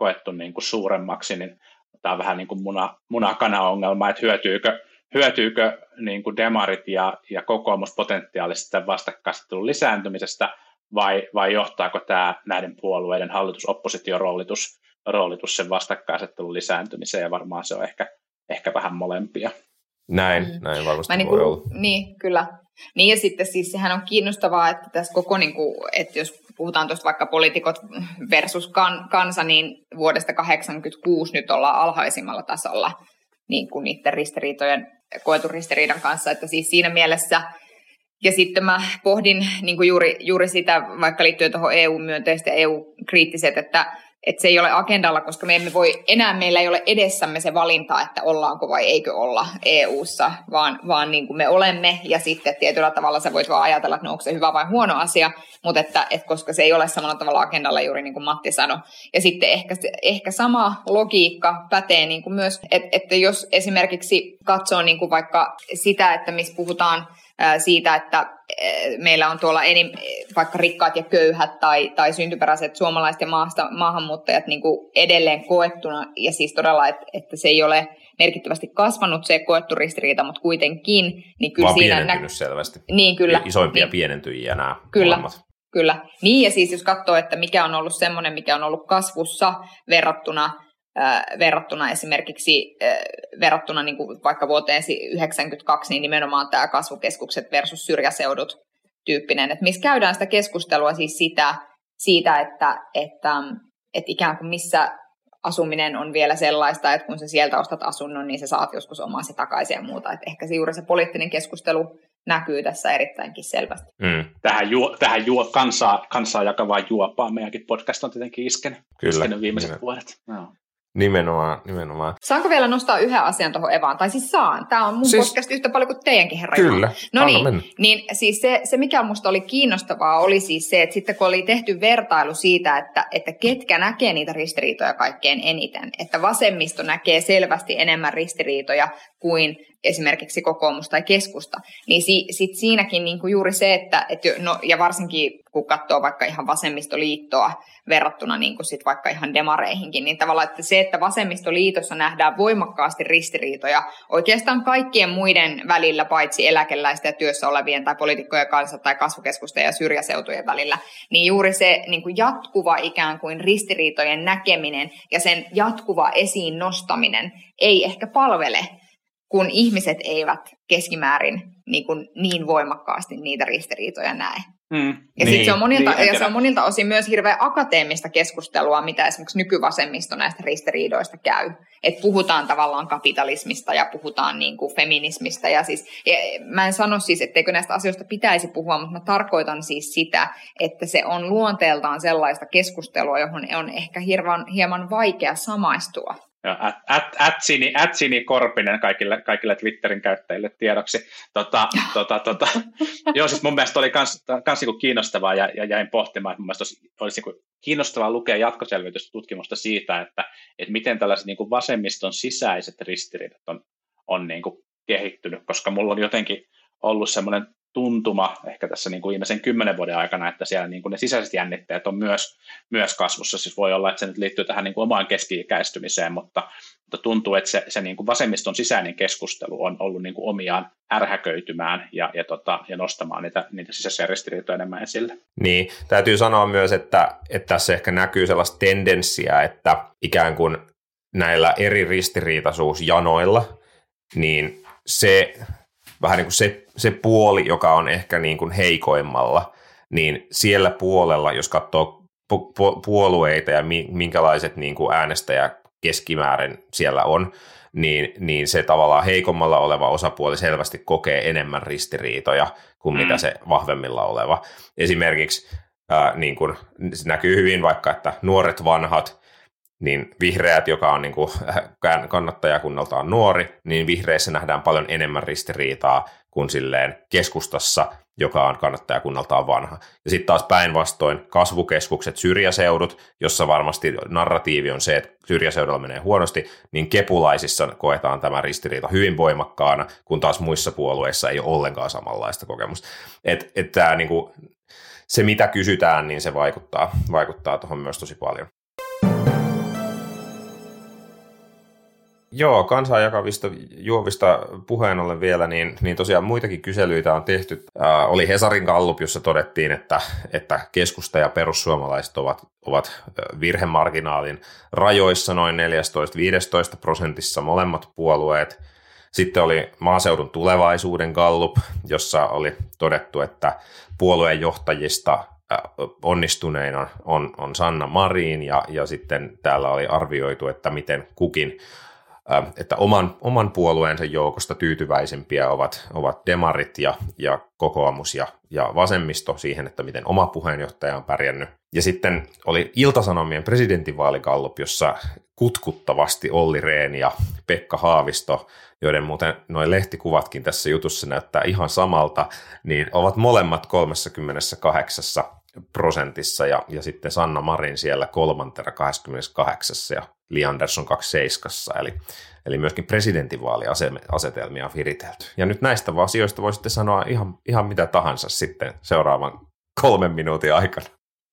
koettu niin kuin suuremmaksi, niin tämä on vähän niin kuin muna, muna-kana-ongelma, että hyötyykö, hyötyykö niin kuin demarit ja, ja kokoomus potentiaalisesti vastakkainasettelun lisääntymisestä, vai, vai johtaako tämä näiden puolueiden hallitus-oppositio-roolitus roolitus sen vastakkainasettelun lisääntymiseen, ja varmaan se on ehkä, ehkä vähän molempia. Näin, mm. näin varmasti niin voi kuin, olla. Niin, kyllä. Niin ja sitten siis sehän on kiinnostavaa, että tässä koko, niin kuin, että jos puhutaan tuosta vaikka poliitikot versus kan, kansa, niin vuodesta kahdeksankymmentäkuusi nyt ollaan alhaisimmalla tasolla niin kuin niiden ristiriitojen, koetun ristiriidan kanssa, että siis siinä mielessä, ja sitten mä pohdin niin kuin juuri, juuri sitä, vaikka liittyen tuohon E U-myönteiset ja E U-kriittiset, että että se ei ole agendalla, koska me emme voi, enää meillä ei ole edessämme se valinta, että ollaanko vai eikö olla E U:ssa, vaan, vaan niin kuin me olemme, ja sitten tietyllä tavalla sä voit vaan ajatella, että no, onko se hyvä vai huono asia, mutta että, että koska se ei ole samalla tavalla agendalla juuri niin kuin Matti sanoi. Ja sitten ehkä, ehkä sama logiikka pätee niin kuin myös, että, että jos esimerkiksi katsoo niin kuin vaikka sitä, että missä puhutaan siitä, että meillä on tuolla enim, vaikka rikkaat ja köyhät tai, tai syntyperäiset suomalaiset ja maasta, maahanmuuttajat niin kuin edelleen koettuna, ja siis todella, että, että se ei ole merkittävästi kasvanut se koettu ristiriita, mutta kuitenkin. Niin kyllä vaan siinä pienentynyt nä- selvästi. Niin, kyllä. Isoimpia niin. pienentyjiä nämä Kyllä. molemmat. Kyllä. Niin, ja siis jos katsoo, että mikä on ollut semmoinen, mikä on ollut kasvussa verrattuna Äh, verrattuna esimerkiksi äh, verrattuna niin kuin vaikka vuoteen yhdeksänkymmentäkaksi, niin nimenomaan tämä kasvukeskukset versus syrjäseudut tyyppinen, että missä käydään sitä keskustelua siis sitä, siitä, että, että, että ikään kuin missä asuminen on vielä sellaista, että kun sä sieltä ostat asunnon, niin sä saat joskus omasi takaisin ja muuta, että ehkä se juuri se poliittinen keskustelu näkyy tässä erittäinkin selvästi. Mm. Tähän, juo, tähän juo, kansaa, kansaa jakavaa juopaa meidänkin podcast on tietenkin iskenyt, Kyllä, iskenyt viimeiset nimen. vuodet. No. Nimenomaan, nimenomaan. Saanko vielä nostaa yhden asian tuohon Evaan? Tai siis saan. Tämä on mun siis, podcast yhtä paljon kuin teidänkin, herra. Kyllä, no niin, mennä. niin siis se, se, mikä musta oli kiinnostavaa, oli siis se, että sitten kun oli tehty vertailu siitä, että, että ketkä näkee niitä ristiriitoja kaikkein eniten, että vasemmisto näkee selvästi enemmän ristiriitoja kuin esimerkiksi kokoomus tai keskusta, niin si, sit siinäkin niinku juuri se, että, et no, ja varsinkin kun katsoo vaikka ihan vasemmistoliittoa verrattuna niinku sit vaikka ihan demareihinkin, niin tavallaan että se, että vasemmistoliitossa nähdään voimakkaasti ristiriitoja oikeastaan kaikkien muiden välillä, paitsi eläkeläisten ja työssä olevien tai poliitikkojen kanssa tai kasvukeskusten ja syrjäseutujen välillä, niin juuri se niinku jatkuva ikään kuin ristiriitojen näkeminen ja sen jatkuva esiin nostaminen ei ehkä palvele, kun ihmiset eivät keskimäärin niin, kuin niin voimakkaasti niitä ristiriitoja näe. Mm, ja niin, sitten se on monilta, niin, ja se on monilta osin myös hirveän akateemista keskustelua, mitä esimerkiksi nykyvasemmisto näistä ristiriidoista käy. Että puhutaan tavallaan kapitalismista ja puhutaan niin kuin feminismistä. Ja siis, ja mä en sano siis, etteikö näistä asioista pitäisi puhua, mutta mä tarkoitan siis sitä, että se on luonteeltaan sellaista keskustelua, johon on ehkä hieman, hieman vaikea samaistua. Joo, at, at, Atsini, Atsini Korpinen kaikille, kaikille Twitterin käyttäjille tiedoksi. Tota, tota, tota. Joo, siis mun mielestä oli kans, kans niinku kiinnostavaa ja, ja jäin pohtimaan, että mun mielestä olisi, olisi niinku kiinnostavaa lukea jatkoselvitystutkimusta siitä, että, että miten tällaiset niinku vasemmiston sisäiset ristiriidat on, on niinku kehittynyt, koska mulla on jotenkin ollut semmoinen tuntuma ehkä tässä niin kuin viimeisen kymmenen vuoden aikana, että siellä niin kuin ne sisäiset jännitteet on myös, myös kasvussa. Siis voi olla, että se nyt liittyy tähän niin kuin omaan keski-ikäistymiseen, mutta, mutta tuntuu, että se, se niin kuin vasemmiston sisäinen keskustelu on ollut niin kuin omiaan ärhäköitymään ja, ja, tota, ja nostamaan niitä, niitä sisäisiä ristiriitoja enemmän esille. Niin, täytyy sanoa myös, että, että tässä ehkä näkyy sellaista tendenssiä, että ikään kuin näillä eri ristiriitaisuusjanoilla, niin se vähän niin kuin se, se puoli, joka on ehkä niin kuin heikoimmalla, niin siellä puolella, jos katsoo pu- pu- puolueita ja mi- minkälaiset niin kuin äänestäjä keskimäärin siellä on, niin, niin se tavallaan heikommalla oleva osapuoli selvästi kokee enemmän ristiriitoja kuin mm. mitä se vahvemmilla oleva. Esimerkiksi ää, niin kuin, se näkyy hyvin vaikka, että nuoret vanhat, niin vihreät, joka on niin kuin kannattajakunnaltaan nuori, niin vihreissä nähdään paljon enemmän ristiriitaa kuin silleen keskustassa, joka on kannattajakunnaltaan vanha. Ja sitten taas päinvastoin kasvukeskukset, syrjäseudut, jossa varmasti narratiivi on se, että syrjäseudulla menee huonosti, niin kepulaisissa koetaan tämä ristiriita hyvin voimakkaana, kun taas muissa puolueissa ei ole ollenkaan samanlaista kokemusta. Et, et tää, niin kuin, se, mitä kysytään, niin se vaikuttaa, vaikuttaa tuohon myös tosi paljon. Joo, kansaan jakavista juovista puheen ollen vielä, niin, niin tosiaan muitakin kyselyitä on tehty. Ää, oli Hesarin gallup, jossa todettiin, että, että keskusta ja perussuomalaiset ovat, ovat virhemarginaalin rajoissa noin neljätoista viisitoista prosentissa molemmat puolueet. Sitten oli maaseudun tulevaisuuden gallup, jossa oli todettu, että puolueen johtajista onnistunein on, on, on Sanna Marin, ja, ja sitten täällä oli arvioitu, että miten kukin, että oman, oman puolueensa joukosta tyytyväisempiä ovat, ovat demarit ja, ja kokoomus ja, ja vasemmisto siihen, että miten oma puheenjohtaja on pärjännyt. Ja sitten oli Ilta-Sanomien presidentinvaaligallup, jossa kutkuttavasti Olli Rehn ja Pekka Haavisto, joiden muuten noin lehtikuvatkin tässä jutussa näyttää ihan samalta, niin ovat molemmat kolmekymmentäkahdeksan prosentissa, ja, ja sitten Sanna Marin siellä kolmantena kaksikymmentäkahdeksan ja Li Andersson kaksikymmentäseitsemän, eli, eli myöskin presidentinvaaliasetelmia on viritelty. Ja nyt näistä asioista voisitte sanoa ihan, ihan mitä tahansa sitten seuraavan kolmen minuutin aikana.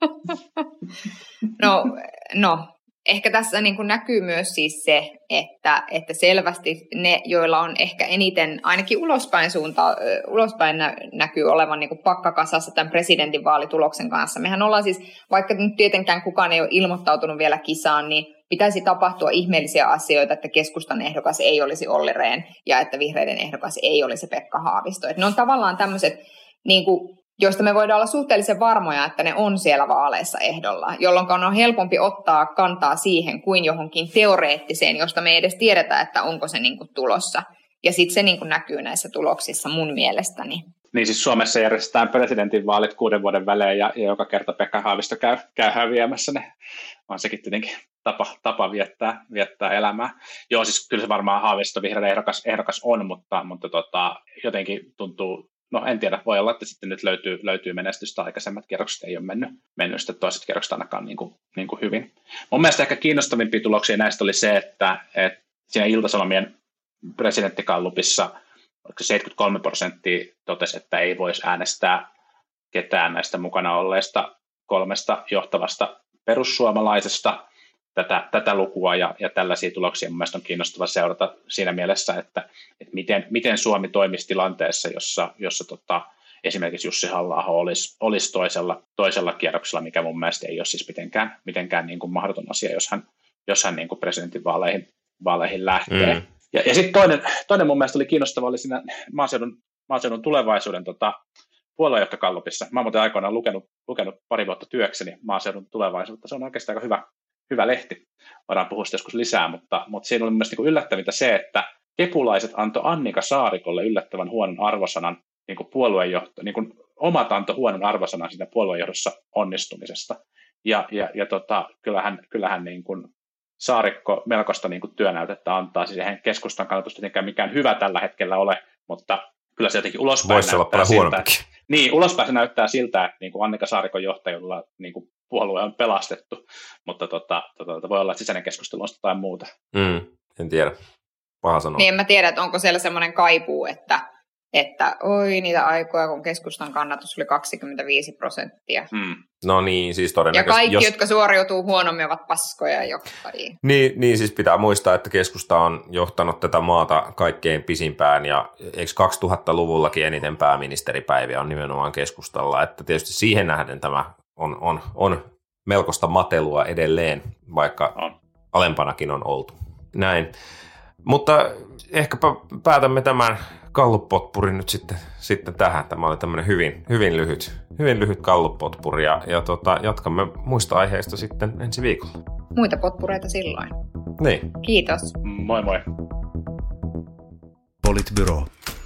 No, no. Ehkä tässä niin kuin näkyy myös siis se, että, että selvästi ne, joilla on ehkä eniten, ainakin ulospäin suunta, ulospäin nä, näkyy olevan niin kuin pakkakasassa tämän presidentinvaalituloksen kanssa. Mehän ollaan siis, vaikka nyt tietenkään kukaan ei ole ilmoittautunut vielä kisaan, niin pitäisi tapahtua ihmeellisiä asioita, että keskustan ehdokas ei olisi Olli Rehn ja että vihreiden ehdokas ei olisi Pekka Haavisto. Että ne on tavallaan tämmöiset, niin kuin, joista me voidaan olla suhteellisen varmoja, että ne on siellä vaaleissa ehdolla, jolloin on helpompi ottaa kantaa siihen kuin johonkin teoreettiseen, josta me ei edes tiedetä, että onko se niin kuin tulossa. Ja sitten se niin kuin näkyy näissä tuloksissa mun mielestäni. Niin siis Suomessa järjestetään presidentinvaalit kuuden vuoden välein ja, ja joka kerta Pekka Haavisto käy, käy häviämässä ne. On sekin tietenkin tapa, tapa viettää, viettää elämää. Joo, siis kyllä se varmaan Haavisto vihreä ehdokas, ehdokas on, mutta, mutta tota, jotenkin tuntuu, no en tiedä, voi olla, että sitten nyt löytyy, löytyy menestystä, aikaisemmat kierrokset ei ole mennyt, mennyt sitten toiset kierrokset ainakaan niin kuin, niin kuin hyvin. Mun mielestä ehkä kiinnostavimpia tuloksia näistä oli se, että, että siinä Ilta-Sanomien presidenttikallupissa oliko seitsemänkymmentäkolme prosenttia totesi, että ei voisi äänestää ketään näistä mukana olleista kolmesta johtavasta perussuomalaisesta. Tätä, tätä lukua ja, ja tällaisia tuloksia mun mielestä on kiinnostava seurata siinä mielessä, että, että miten, miten Suomi toimisi tilanteessa, jossa, jossa tota, esimerkiksi Jussi Halla-aho olisi, olisi toisella, toisella kierroksella, mikä mun mielestä ei ole siis mitenkään, mitenkään niin kuin mahdoton asia, jos hän, jos hän niin kuin presidentinvaaleihin vaaleihin lähtee. Mm. Ja, ja sitten toinen, toinen mun mielestä oli kiinnostava, oli siinä maaseudun, maaseudun tulevaisuuden tota, puoluejohtokallupissa. Mä oon muuten aikoinaan lukenut, lukenut pari vuotta työkseni maaseudun tulevaisuutta. Se on oikeastaan aika hyvä, hyvä lehti. Voidaan puhua sitä joskus lisää, mutta, mutta siinä oli mun mielestä niin yllättävintä se, että kepulaiset antoi Annika Saarikolle yllättävän huonon arvosanan, niin kuin puoluejohto, niin kuin omat antoi huonon arvosanan siitä puoluejohdossa onnistumisesta. Ja, ja, ja tota, kyllähän, kyllähän niin kuin Saarikko melkoista niin kuin työnäytettä antaa, siis eihän keskustan kannatusta tietenkään mikään hyvä tällä hetkellä ole, mutta kyllä se jotenkin ulospäin voisi näyttää siltä, että, niin, ulospäin se näyttää siltä, että niin kuin Annika Saarikon johtajuudella niin kuin puolue on pelastettu, mutta tota, tota, voi olla, että sisäinen keskustelu on jotain muuta. Mm, en tiedä. Paha sanoa. Niin en mä tiedä, että onko siellä semmoinen kaipuu, että, että oi niitä aikoja, kun keskustan kannatus oli kaksikymmentäviisi prosenttia. Mm. No niin, siis todennäköisesti. Ja kaikki, jos... jotka suoriutuu huonommin, ovat paskoja johtajia. Niin, niin, siis pitää muistaa, että keskusta on johtanut tätä maata kaikkein pisimpään, ja eikö kaksituhattaluvullakin eniten pääministeripäiviä on nimenomaan keskustalla, että tietysti siihen nähden tämä on, on, on melkoista matelua edelleen, vaikka on. Alempanakin on oltu. Näin. Mutta ehkäpä päätämme tämän gallupotpurin nyt sitten, sitten tähän. Tämä oli tämmöinen hyvin, hyvin lyhyt, hyvin lyhyt gallupotpuri, ja, ja tota, jatkamme muista aiheista sitten ensi viikolla. Muita potpureita silloin. Niin. Kiitos. Moi moi. Politbyro.